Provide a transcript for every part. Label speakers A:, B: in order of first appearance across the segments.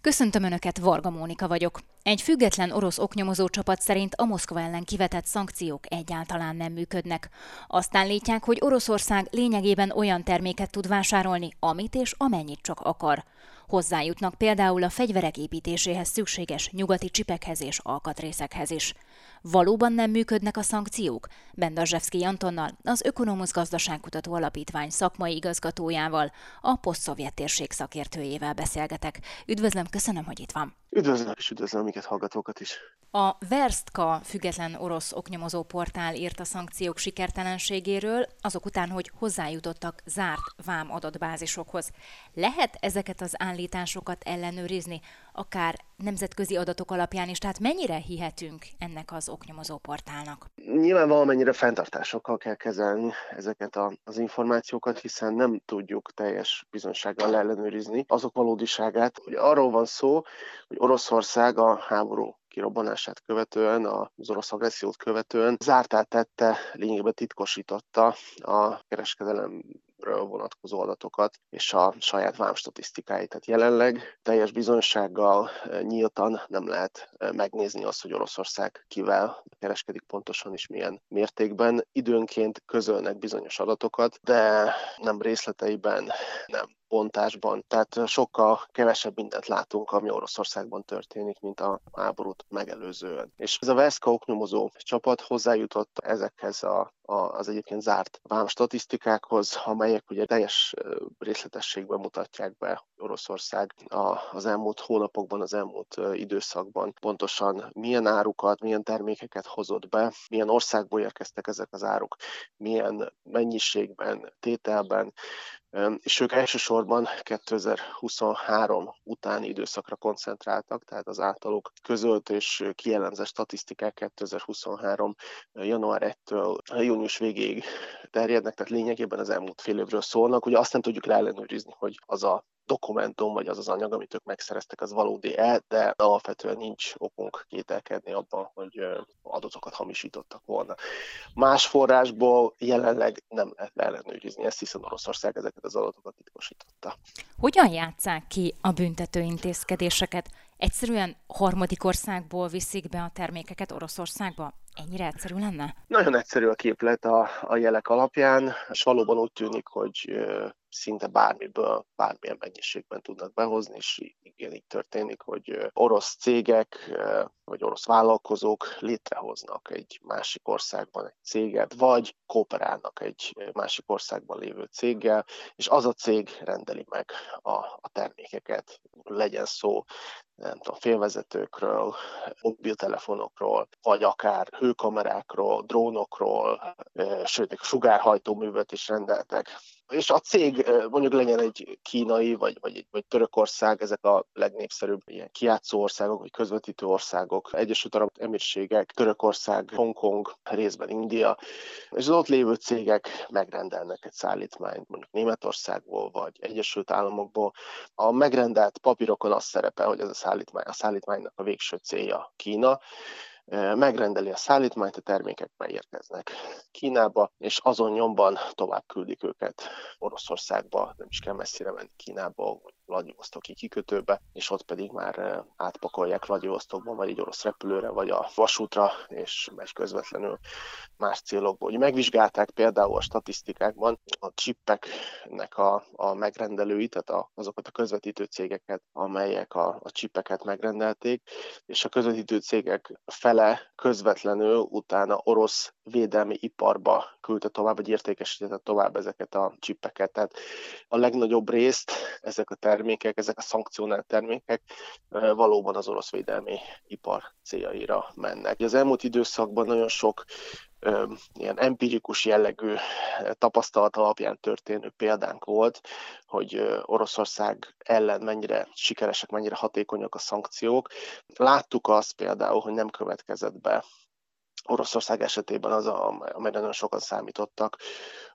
A: Köszöntöm Önöket, Varga Mónika vagyok. Egy független orosz oknyomozó csapat szerint a Moszkva ellen kivetett szankciók egyáltalán nem működnek. Azt állítják, hogy Oroszország lényegében olyan terméket tud vásárolni, amit és amennyit csak akar. Hozzájutnak például a fegyverek építéséhez szükséges nyugati csipekhez és alkatrészekhez is. Valóban nem működnek a szankciók? Bendazsevszkij Antonnal, az Ökonomusz Gazdaságkutató Alapítvány szakmai igazgatójával, a posztszovjet térség szakértőjével beszélgetek. Üdvözlöm, köszönöm, hogy itt van.
B: Üdvözlöm, és üdvözlöm minket hallgatókat is.
A: A Verstka független orosz oknyomozó portál írt a szankciók sikertelenségéről, azok után, hogy hozzájutottak zárt vám adatbázisokhoz. Lehet ezeket az állításokat ellenőrizni, akár nemzetközi adatok alapján is, tehát mennyire hihetünk ennek az oknyomozó portálnak?
B: Nyilván valamennyire fenntartásokkal kell kezelni ezeket az információkat, hiszen nem tudjuk teljes bizonysággal ellenőrizni azok valódiságát. Ugye arról van szó, hogy Oroszország a háború kirobbanását követően, az orosz agressziót követően zártá tette, lényegében titkosította a kereskedelemről vonatkozó adatokat és a saját vámstatisztikáit. Tehát jelenleg teljes bizonysággal nyíltan nem lehet megnézni azt, hogy Oroszország kivel kereskedik pontosan és milyen mértékben. Időnként közölnek bizonyos adatokat, de nem részleteiben, nem bontásban. Tehát sokkal kevesebb mindent látunk, ami Oroszországban történik, mint a háborút megelőzően. És ez a Verstka oknyomozó csapat hozzájutott ezekhez az egyébként zárt vámstatisztikákhoz, amelyek ugye teljes részletességben mutatják be, hogy Oroszország az elmúlt hónapokban, az elmúlt időszakban pontosan milyen árukat, milyen termékeket hozott be, milyen országból érkeztek ezek az áruk, milyen mennyiségben, tételben, és ők elsősorban 2023 utáni időszakra koncentráltak, tehát az általuk közölt és kielemzett statisztikák 2023. január 1-től június végéig terjednek, tehát lényegében az elmúlt fél évről szólnak. Ugye azt nem tudjuk leellenőrizni, hogy az a dokumentum, vagy az az anyag, amit ők megszereztek, az valódi-e, de alapvetően nincs okunk kételkedni abban, hogy adatokat hamisítottak volna. Más forrásból jelenleg nem lehet leellenőrizni ezt, hiszen Oroszország ezeket az adatokat titkosította.
A: Hogyan játsszák ki a büntető intézkedéseket? Egyszerűen harmadik országból viszik be a termékeket Oroszországba? Ennyire egyszerű lenne?
B: Nagyon egyszerű a képlet a jelek alapján, és valóban úgy tűnik, hogy szinte bármiből, bármilyen mennyiségben tudnak behozni, és igen, így történik, hogy orosz cégek vagy orosz vállalkozók létrehoznak egy másik országban egy céget, vagy kooperálnak egy másik országban lévő céggel, és az a cég rendeli meg a termékeket, legyen szó nem tudom, félvezetőkről, mobiltelefonokról, vagy akár hőkamerákról, drónokról, sőt, sugárhajtóművet is rendeltek. És a cég mondjuk legyen egy kínai, vagy Törökország, ezek a legnépszerűbb ilyen kijátszó országok, vagy közvetítő országok, Egyesült Arab Emírségek, Törökország, Hongkong, részben India, és az ott lévő cégek megrendelnek egy szállítmányt, mondjuk Németországból, vagy Egyesült Államokból. A megrendelt papírokon az szerepel, hogy ez a szállítmánynak a végső célja Kína, megrendeli a szállítmányt, a termékek beérkeznek Kínába, és azon nyomban tovább küldik őket Oroszországba, nem is kell messzire menni Kínába, Vladivosztoki kikötőbe, és ott pedig már átpakolják Vladivostokba, vagy egy orosz repülőre, vagy a vasútra, és megy közvetlenül más célokból. Úgy megvizsgálták például a statisztikákban a csippeknek a megrendelőit, tehát azokat a közvetítő cégeket, amelyek a csippeket megrendelték, és a közvetítő cégek fele közvetlenül utána orosz védelmi iparba küldte tovább, vagy értékesítette tovább ezeket a csippeket. Tehát a legnagyobb részt ezek a termékek, ezek a szankcionált termékek valóban az orosz védelmi ipar céljaira mennek. Az elmúlt időszakban nagyon sok ilyen empirikus jellegű tapasztalat alapján történő példánk volt, hogy Oroszország ellen mennyire sikeresek, mennyire hatékonyak a szankciók. Láttuk azt például, hogy nem következett be Oroszország esetében az, amelyre nagyon sokan számítottak,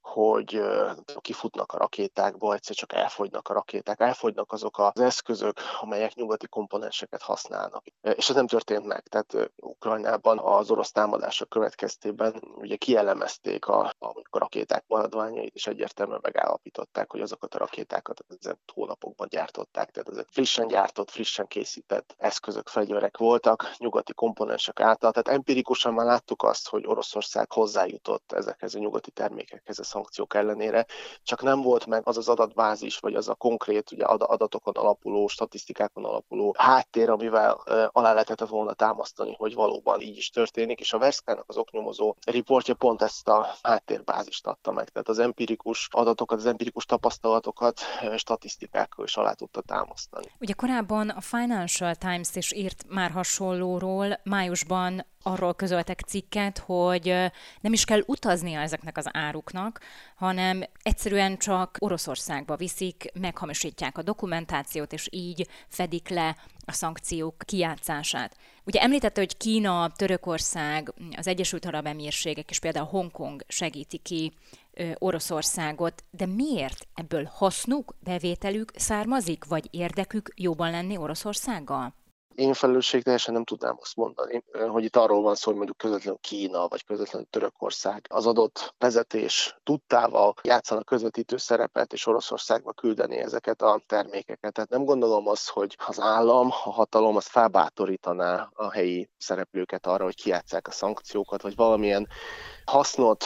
B: hogy kifutnak a rakétákba, egyszer csak elfogynak a rakéták, elfogynak azok az eszközök, amelyek nyugati komponenseket használnak. És ez nem történt meg, tehát Ukrajnában az orosz támadások következtében ugye kielemezték a rakéták maradványait, és egyértelműen megállapították, hogy azokat a rakétákat ezen hónapokban gyártották, tehát ezek frissen gyártott, frissen készített eszközök, fegyverek voltak, nyugati komponensek által, tehát empirikusan már láttuk azt, hogy Oroszország hozzájutott ezekhez a nyugati termékekhez a szankciók ellenére, csak nem volt meg az az adatbázis, vagy az a konkrét ugye, adatokon alapuló, statisztikákon alapuló háttér, amivel alá lehetett volna támasztani, hogy valóban így is történik, és a Verskának az oknyomozó riportja pont ezt a háttérbázist adta meg, tehát az empirikus adatokat, az empirikus tapasztalatokat statisztikákkal is alá tudta támasztani.
A: Ugye korábban a Financial Times is írt már hasonlóról, májusban arról közöltek cikket, hogy nem is kell utaznia ezeknek az áruknak, hanem egyszerűen csak Oroszországba viszik, meghamisítják a dokumentációt, és így fedik le a szankciók kijátszását. Ugye említette, hogy Kína, Törökország, az Egyesült Arab Emírségek és például Hongkong segíti ki Oroszországot, de miért ebből hasznuk, bevételük származik, vagy érdekük jobban lenni Oroszországgal?
B: Én felelősségteljesen nem tudnám azt mondani, hogy itt arról van szó, hogy mondjuk közvetlenül Kína, vagy közvetlenül Törökország az adott vezetés tudtával játszanak közvetítő szerepet, és Oroszországba küldeni ezeket a termékeket. Tehát nem gondolom azt, hogy az állam, a hatalom az felbátorítaná a helyi szereplőket arra, hogy kijátsszák a szankciókat, vagy valamilyen hasznot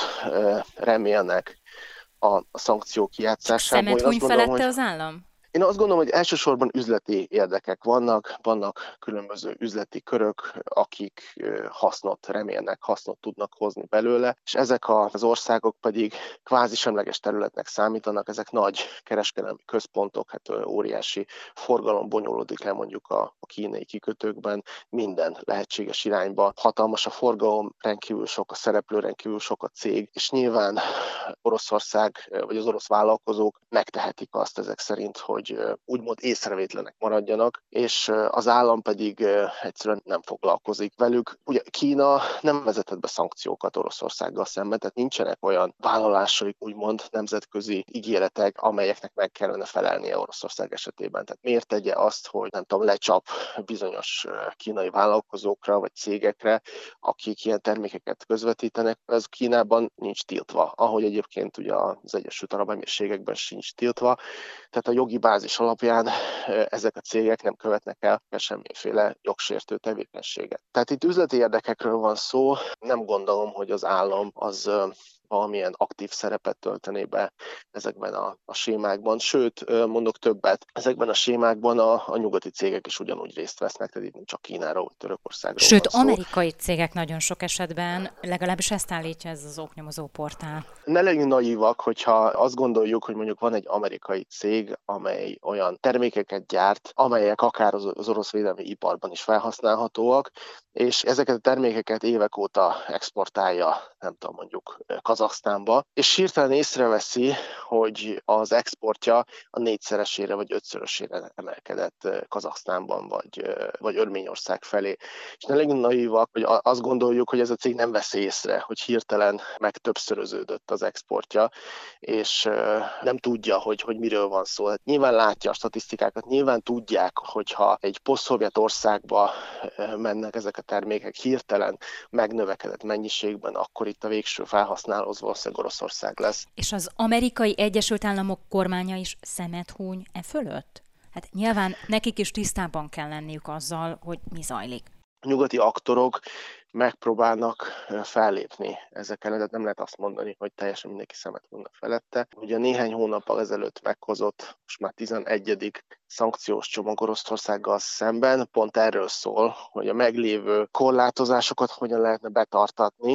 B: remélnek a szankciók kijátszásából.
A: Szemet huny felette az állam?
B: Én azt gondolom, hogy elsősorban üzleti érdekek vannak különböző üzleti körök, akik hasznot remélnek, hasznot tudnak hozni belőle, és ezek az országok pedig kvázi semleges területnek számítanak, ezek nagy kereskedelmi központok, hát óriási forgalom bonyolódik le mondjuk a kínai kikötőkben, minden lehetséges irányba. Hatalmas a forgalom, rendkívül sok a szereplő, rendkívül sok a cég, és nyilván Oroszország vagy az orosz vállalkozók megtehetik azt ezek szerint, hogy úgymond észrevétlenek maradjanak, és az állam pedig egyszerűen nem foglalkozik velük. Ugye Kína nem vezetett be szankciókat Oroszországgal szemben, tehát nincsenek olyan vállalásaik, úgymond nemzetközi ígéretek, amelyeknek meg kellene felelnie Oroszország esetében. Tehát miért tegye azt, hogy nem tudom, lecsap bizonyos kínai vállalkozókra vagy cégekre, akik ilyen termékeket közvetítenek, ez Kínában nincs tiltva, ahogy egyébként ugye az Egyesült Arab Emírségekben sincs tiltva. Tehát a jogi bázis alapján ezek a cégek nem követnek el semmiféle jogsértő tevékenységet. Tehát itt üzleti érdekekről van szó, nem gondolom, hogy az állam az valamilyen aktív szerepet töltené be ezekben a sémákban. Sőt, mondok többet, ezekben a sémákban a nyugati cégek is ugyanúgy részt vesznek, tehát itt nem csak Kínáról, vagy Törökországról
A: Sőt,
B: van szó.
A: amerikai cégek nagyon sok esetben, legalábbis ezt állítja ez az oknyomozó portál.
B: Ne legyünk naívak, hogyha azt gondoljuk, hogy mondjuk van egy amerikai cég, amely olyan termékeket gyárt, amelyek akár az orosz védelmi iparban is felhasználhatóak, és ezeket a termékeket évek óta exportálja, nem tudom, mondjuk Kazahsztánba, és hirtelen észreveszi, hogy az exportja a 4-szeresére vagy 5-szörösére emelkedett Kazahsztánban vagy Örményország felé. És ne legyünk naívak, hogy azt gondoljuk, hogy ez a cég nem veszi észre, hogy hirtelen meg többszöröződött az exportja, és nem tudja, hogy miről van szó. Hát nyilván látja a statisztikákat, nyilván tudják, hogyha egy posztszovjet országba mennek ezek a termékek hirtelen megnövekedett mennyiségben, akkor itt a végső felhasználó az valószínűleg Oroszország lesz.
A: És az Amerikai Egyesült Államok kormánya is szemet húny e fölött? Hát nyilván nekik is tisztában kell lenniük azzal, hogy mi zajlik.
B: A nyugati aktorok megpróbálnak fellépni ezek ellen, nem lehet azt mondani, hogy teljesen mindenki szemet hújna felette. Ugye néhány hónappal ezelőtt meghozott, most már 11. szankciós csomag Oroszországgal szemben pont erről szól, hogy a meglévő korlátozásokat hogyan lehetne betartatni,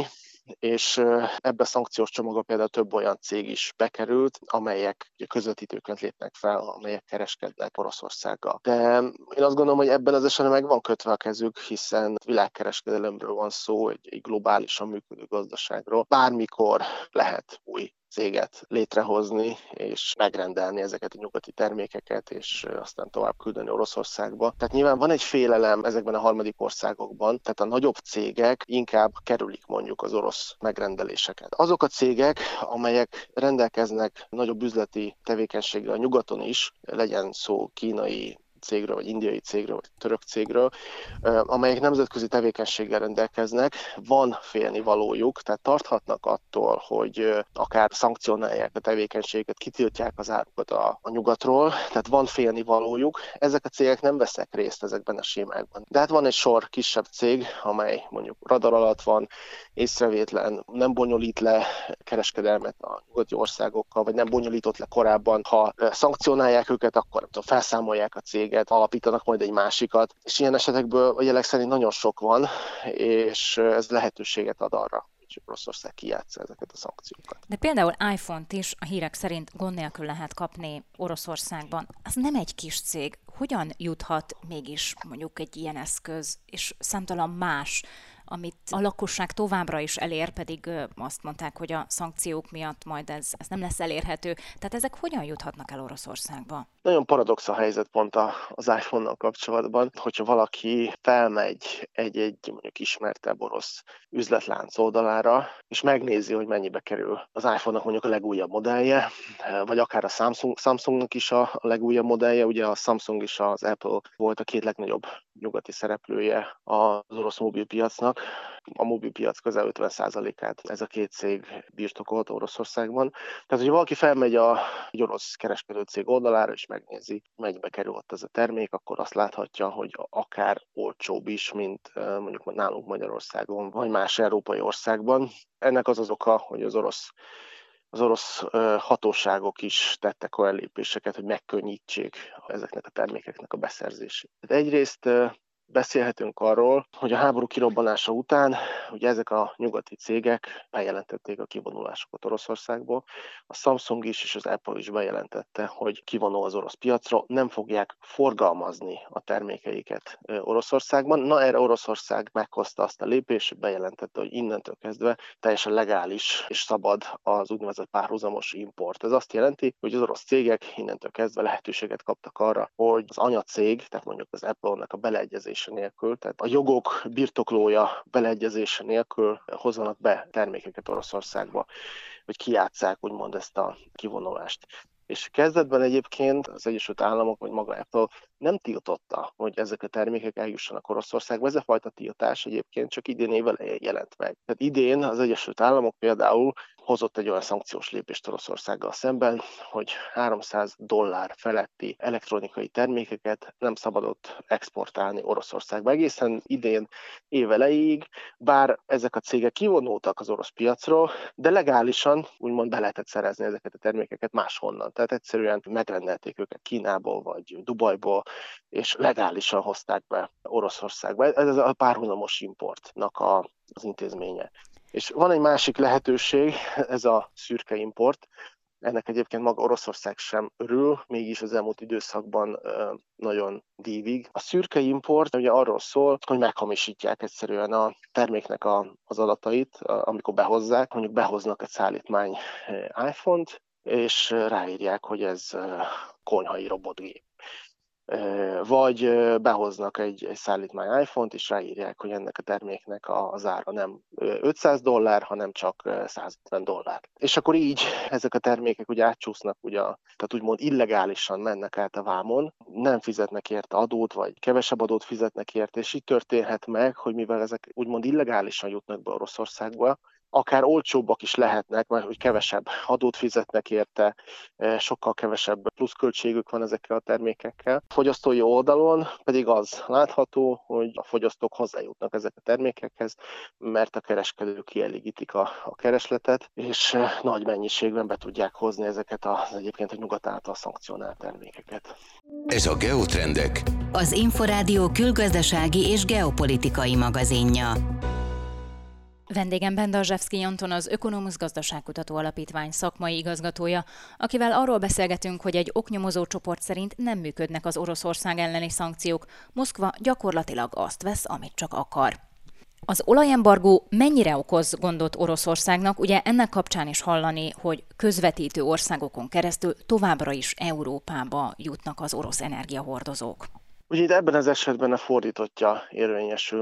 B: és ebbe a szankciós csomagba például több olyan cég is bekerült, amelyek közvetítőként lépnek fel, amelyek kereskednek Oroszországgal. De én azt gondolom, hogy ebben az esetben meg van kötve a kezük, hiszen világkereskedelemről van szó, egy globálisan működő gazdaságról. Bármikor lehet új céget létrehozni, és megrendelni ezeket a nyugati termékeket, és aztán tovább küldeni Oroszországba. Tehát nyilván van egy félelem ezekben a harmadik országokban, tehát a nagyobb cégek inkább kerülik mondjuk az orosz megrendeléseket. Azok a cégek, amelyek rendelkeznek nagyobb üzleti tevékenységgel a nyugaton is, legyen szó kínai cégről, vagy indiai cégről, vagy török cégről, amelyek nemzetközi tevékenységgel rendelkeznek, van félnivalójuk, tehát tarthatnak attól, hogy akár szankcionálják a tevékenységet, kitiltják az árukat a nyugatról, tehát van félnivalójuk. Ezek a cégek nem vesznek részt ezekben a sémákban. De hát van egy sor kisebb cég, amely mondjuk radar alatt van, észrevétlen, nem bonyolít le kereskedelmet a nyugati országokkal, vagy nem bonyolított le korábban. Ha szankcionálják őket, akkor nem tudom, felszámolják a céget, alapítanak majd egy másikat, és ilyen esetekből a jelek szerint nagyon sok van, és ez lehetőséget ad arra, hogy Oroszország kijátsza ezeket a szankciókat.
A: De például iPhone-t is a hírek szerint gond nélkül lehet kapni Oroszországban. Az nem egy kis cég. Hogyan juthat mégis mondjuk egy ilyen eszköz, és számtalan más, amit a lakosság továbbra is elér, pedig azt mondták, hogy a szankciók miatt majd ez nem lesz elérhető. Tehát ezek hogyan juthatnak el Oroszországba?
B: Nagyon paradox a helyzet pont az iPhone-nal kapcsolatban, hogyha valaki felmegy egy mondjuk ismertebb orosz üzletlánc oldalára, és megnézi, hogy mennyibe kerül az iPhone-nak mondjuk a legújabb modellje, vagy akár a Samsungnak is a legújabb modellje, ugye a Samsung és az Apple volt a két legnagyobb nyugati szereplője az orosz mobilpiacnak. A mobilpiac közel 50%-át ez a két cég birtokolt Oroszországban. Tehát, hogyha valaki felmegy egy orosz kereskedő cég oldalára, és megnézi, mennyibe kerül ott ez a termék, akkor azt láthatja, hogy akár olcsóbb is, mint mondjuk nálunk Magyarországon, vagy más európai országban. Ennek az oka, hogy az orosz hatóságok is tettek olyan lépéseket, hogy megkönnyítsék ezeknek a termékeknek a beszerzését. Egyrészt beszélhetünk arról, hogy a háború kirobbanása után ugye ezek a nyugati cégek bejelentették a kivonulásokat Oroszországból. A Samsung is és az Apple is bejelentette, hogy kivonul az orosz piacról, nem fogják forgalmazni a termékeiket Oroszországban. Na erre Oroszország meghozta azt a lépést, hogy bejelentette, hogy innentől kezdve teljesen legális és szabad az úgynevezett párhuzamos import. Ez azt jelenti, hogy az orosz cégek innentől kezdve lehetőséget kaptak arra, hogy az anyacég, tehát mondjuk az Apple-nek a beleegyezése nélkül, tehát a jogok birtoklója beleegyezése nélkül hozzanak be termékeket Oroszországba, hogy kijátsszák úgymond ezt a kivonulást. És kezdetben egyébként az Egyesült Államok, vagy maga Apple nem tiltotta, hogy ezek a termékek eljussanak Oroszországba. Ez a fajta tiltás egyébként csak idén év elején jelent meg. Tehát idén az Egyesült Államok például hozott egy olyan szankciós lépést Oroszországgal szemben, hogy $300 feletti elektronikai termékeket nem szabadott exportálni Oroszországba. Egészen idén év elejéig, bár ezek a cégek kivonultak az orosz piacról, de legálisan úgymond be lehetett szerezni ezeket a termékeket máshonnan. Tehát egyszerűen megrendelték őket Kínából vagy Dubajból, és legálisan hozták be Oroszországba. Ez a párhuzamos importnak az intézménye. És van egy másik lehetőség, ez a szürke import. Ennek egyébként maga Oroszország sem örül, mégis az elmúlt időszakban nagyon dívig. A szürke import ugye arról szól, hogy meghamisítják egyszerűen a terméknek az adatait, amikor behozzák. Mondjuk behoznak egy szállítmány iPhone-t, és ráírják, hogy ez konyhai robotgép. Vagy behoznak egy szállítmány iPhone-t, és ráírják, hogy ennek a terméknek az ára nem $500, hanem csak $150. És akkor így ezek a termékek ugye átcsúsznak, tehát úgymond illegálisan mennek át a vámon, nem fizetnek érte adót, vagy kevesebb adót fizetnek érte, és így történhet meg, hogy mivel ezek úgymond illegálisan jutnak be Oroszországba, akár olcsóbbak is lehetnek, mert hogy kevesebb adót fizetnek érte, sokkal kevesebb pluszköltségük van ezekkel a termékekkel. A fogyasztói oldalon pedig az látható, hogy a fogyasztók hozzájutnak ezek a termékekhez, mert a kereskedők kielégítik a keresletet, és nagy mennyiségben be tudják hozni ezeket egyébként a nyugat által szankcionált termékeket.
C: Ez a Geotrendek,
D: az Inforádió külgazdasági és geopolitikai magazinja.
A: Vendégem Bendarzsevszky Anton, az Ökonomusz Gazdaságkutató Alapítvány szakmai igazgatója, akivel arról beszélgetünk, hogy egy oknyomozó csoport szerint nem működnek az Oroszország elleni szankciók. Moszkva gyakorlatilag azt vesz, amit csak akar. Az olajembargó mennyire okoz gondot Oroszországnak? Ugye ennek kapcsán is hallani, hogy közvetítő országokon keresztül továbbra is Európába jutnak az orosz energiahordozók.
B: Ugye itt ebben az esetben a fordítottja érvényesül,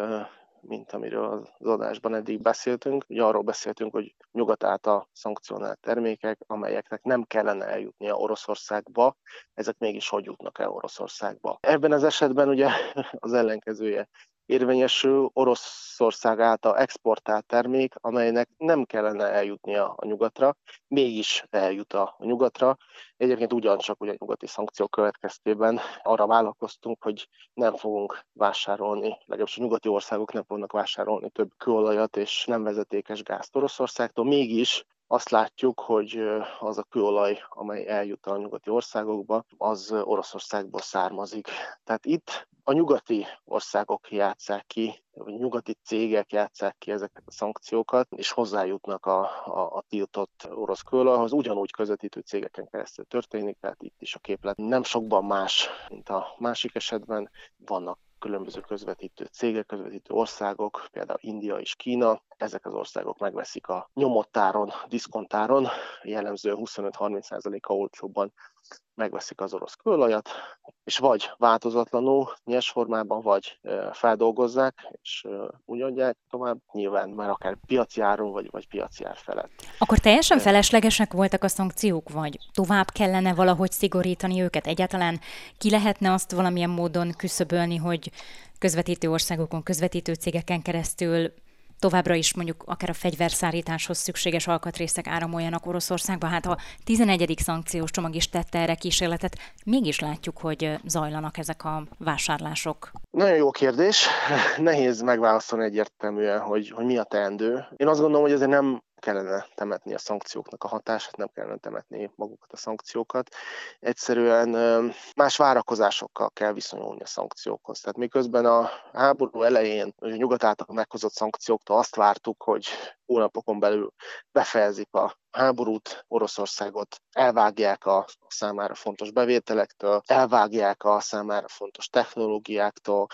B: mint amiről az adásban eddig beszéltünk. Ugye arról beszéltünk, hogy nyugat által szankcionált termékek, amelyeknek nem kellene eljutnia Oroszországba, ezek mégis hogy jutnak el Oroszországba. Ebben az esetben ugye az ellenkezője érvényesül, Oroszország által exportált termék, amelynek nem kellene eljutnia a nyugatra, mégis eljut a nyugatra. Egyébként ugyancsak ugye a nyugati szankciók következtében arra vállalkoztunk, hogy nem fogunk vásárolni, legalábbis a nyugati országok nem fognak vásárolni több kőolajat és nem vezetékes gázt Oroszországtól, mégis azt látjuk, hogy az a kőolaj, amely eljut a nyugati országokba, az Oroszországból származik. Tehát itt a nyugati országok játsszák ki, vagy nyugati cégek játsszák ki ezeket a szankciókat, és hozzájutnak a tiltott orosz kőolajhoz, ugyanúgy közvetítő cégeken keresztül történik, tehát itt is a képlet nem sokban más, mint a másik esetben. Vannak különböző közvetítő cégek, közvetítő országok, például India és Kína. Ezek az országok megveszik a nyomottáron, diszkontáron, jellemzően 25-30%-a olcsóbban megveszik az orosz kőolajat, és vagy változatlanul, nyers formában, vagy feldolgozzák, és úgy adják tovább, nyilván már akár piaci áron, vagy piaci ár felett.
A: Akkor teljesen feleslegesek voltak a szankciók, vagy tovább kellene valahogy szigorítani őket? Egyáltalán ki lehetne azt valamilyen módon küszöbölni, hogy közvetítő országokon, közvetítő cégeken keresztül továbbra is mondjuk akár a fegyverszállításhoz szükséges alkatrészek áramoljanak Oroszországba? Hát a 11. szankciós csomag is tette erre kísérletet, mégis látjuk, hogy zajlanak ezek a vásárlások.
B: Nagyon jó kérdés. Nehéz megválaszolni egyértelműen, hogy mi a teendő. Én azt gondolom, hogy ezért nem kellene temetni a szankcióknak a hatását, nem kellene temetni magukat a szankciókat. Egyszerűen más várakozásokkal kell viszonyulni a szankciókhoz. Tehát miközben a háború elején a nyugat által meghozott szankcióktól azt vártuk, hogy hónapokon belül befejezik a háborút, Oroszországot elvágják a számára fontos bevételektől, elvágják a számára fontos technológiáktól,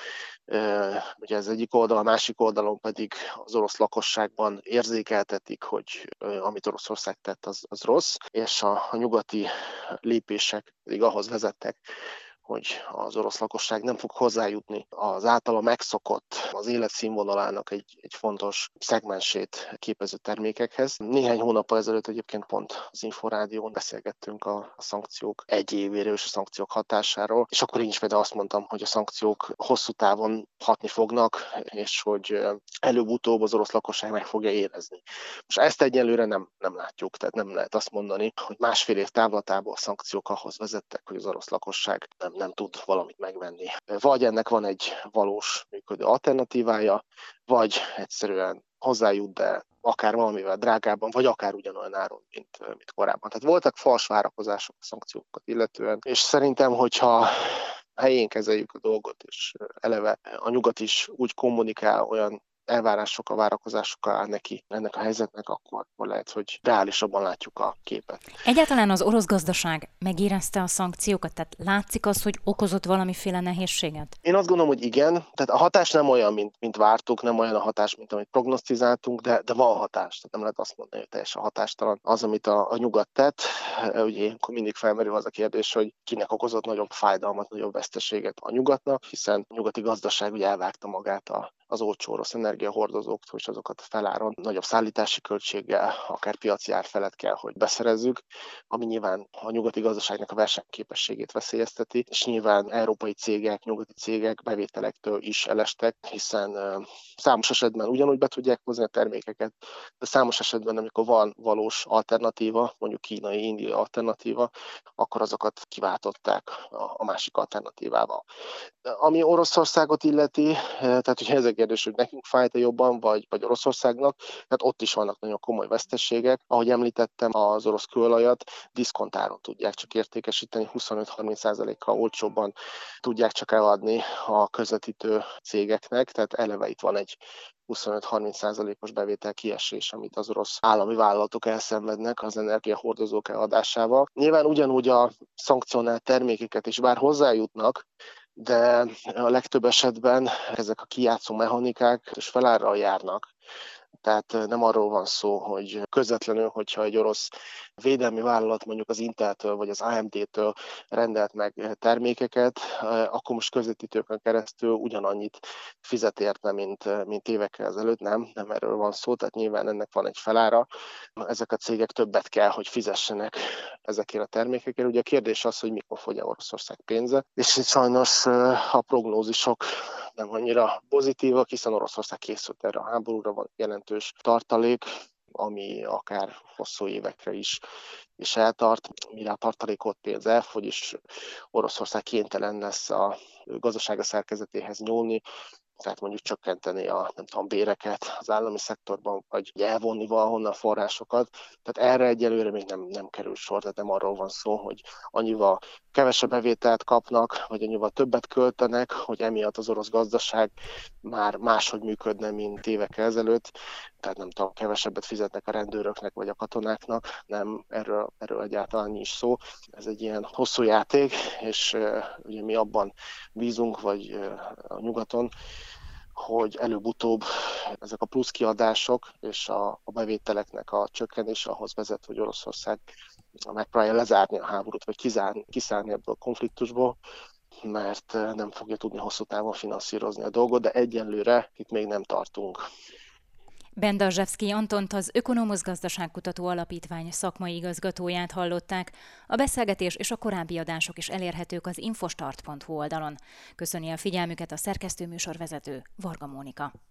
B: ugye ez egyik oldal, a másik oldalon pedig az orosz lakosságban érzékeltetik, hogy amit Oroszország tett, az rossz, és a nyugati lépések pedig ahhoz vezettek, hogy az orosz lakosság nem fog hozzájutni az általa megszokott, az életszínvonalának egy fontos szegmensét képező termékekhez. Néhány hónappal ezelőtt egyébként pont az Inforádión beszélgettünk a szankciók egy évéről és a szankciók hatásáról, és akkor én is például azt mondtam, hogy a szankciók hosszú távon hatni fognak, és hogy előbb-utóbb az orosz lakosság meg fogja érezni. Most ezt egyelőre nem látjuk, tehát nem lehet azt mondani, hogy másfél év távlatából a szankciók ahhoz vezettek, hogy az orosz lakosság nem tud valamit megvenni. Vagy ennek van egy valós működő alternatívája, vagy egyszerűen hozzájut, de akár valamivel drágábban, vagy akár ugyanolyan áron, mint korábban. Tehát voltak fals várakozások a szankciókat illetően, és szerintem, hogyha helyén kezeljük a dolgot, és eleve a nyugat is úgy kommunikál, olyan elvárásokkal, várakozásokkal áll neki ennek a helyzetnek, akkor lehet, hogy reálisabban látjuk a képet.
A: Egyáltalán az orosz gazdaság megérezte a szankciókat? Tehát látszik az, hogy okozott valamiféle nehézséget?
B: Én azt gondolom, hogy igen. Tehát a hatás nem olyan, mint vártuk, nem olyan a hatás, mint amit prognosztizáltunk, de van hatás. Tehát nem lehet azt mondani, hogy teljesen hatástalan az, amit a nyugat tett. Ugye ilyenkor mindig felmerül az a kérdés, hogy kinek okozott nagyobb fájdalmat, nagyobb veszteséget a nyugatnak, hiszen a nyugati gazdaság ugye elvágta magát az olcsó orosz energiahordozóktól, és azokat feláron nagyobb szállítási költséggel, akár piaci ár felett kell, hogy beszerezzük, ami nyilván a nyugati gazdaságnak a versenyképességét veszélyezteti, és nyilván európai cégek, nyugati cégek bevételektől is elestek, hiszen számos esetben ugyanúgy be tudják hozni a termékeket, de számos esetben, amikor van valós alternatíva, mondjuk kínai, indiai alternatíva, akkor azokat kiváltották a másik alternatívával. Ami Oroszországot illeti, tehát hogyha ez a kérdés, hogy nekünk fájt jobban, vagy Oroszországnak, tehát ott is vannak nagyon komoly veszteségek. Ahogy említettem, az orosz kőolajat diszkontáron tudják csak értékesíteni, 25-30%-kal olcsóbban tudják csak eladni a közvetítő cégeknek, tehát eleve itt van egy 25-30%-os bevétel kiesés, amit az orosz állami vállalatok elszenvednek az energiahordozók eladásával. Nyilván ugyanúgy a szankcionált termékeket is, bár hozzájutnak, de a legtöbb esetben ezek a kijátszó mechanikák és felárral járnak. Tehát nem arról van szó, hogy közvetlenül, hogyha egy orosz védelmi vállalat mondjuk az Inteltől vagy az AMD-től rendelt meg termékeket, akkor most közvetítőkön keresztül ugyanannyit fizet érte, mint évekkel ezelőtt. Nem erről van szó, tehát nyilván ennek van egy felára. Ezek a cégek többet kell, hogy fizessenek ezekért a termékekért. Ugye a kérdés az, hogy mikor fogy Oroszország pénze, és itt sajnos a prognózisok nem annyira pozitívak, hiszen Oroszország készült erre a háborúra, van jelentős tartalék, ami akár hosszú évekre is eltart. Mire a tartalékot pénz elfogy, és Oroszország kénytelen lesz a gazdasága szerkezetéhez nyúlni, tehát mondjuk csökkenteni a béreket az állami szektorban, vagy elvonni valahonnan forrásokat. Tehát erre egyelőre még nem kerül sor, tehát nem arról van szó, hogy annyival kevesebb bevételt kapnak, vagy annyival többet költenek, hogy emiatt az orosz gazdaság már máshogy működne, mint évekkel ezelőtt. Tehát kevesebbet fizetnek a rendőröknek, vagy a katonáknak, nem, erről egyáltalán nincs szó. Ez egy ilyen hosszú játék, és ugye mi abban bízunk, vagy a nyugaton, hogy előbb-utóbb ezek a plusz kiadások és a bevételeknek a csökkenése ahhoz vezet, hogy Oroszország megpróbálja lezárni a háborút, vagy kiszállni ebből a konfliktusból, mert nem fogja tudni hosszú távon finanszírozni a dolgot, de egyenlőre itt még nem tartunk.
A: Bendarzsevszky Antont, az Ökonomusz Gazdaságkutató Alapítvány szakmai igazgatóját hallották. A beszélgetés és a korábbi adások is elérhetők az infostart.hu oldalon. Köszöni a figyelmüket a szerkesztőműsorvezető Varga Mónika.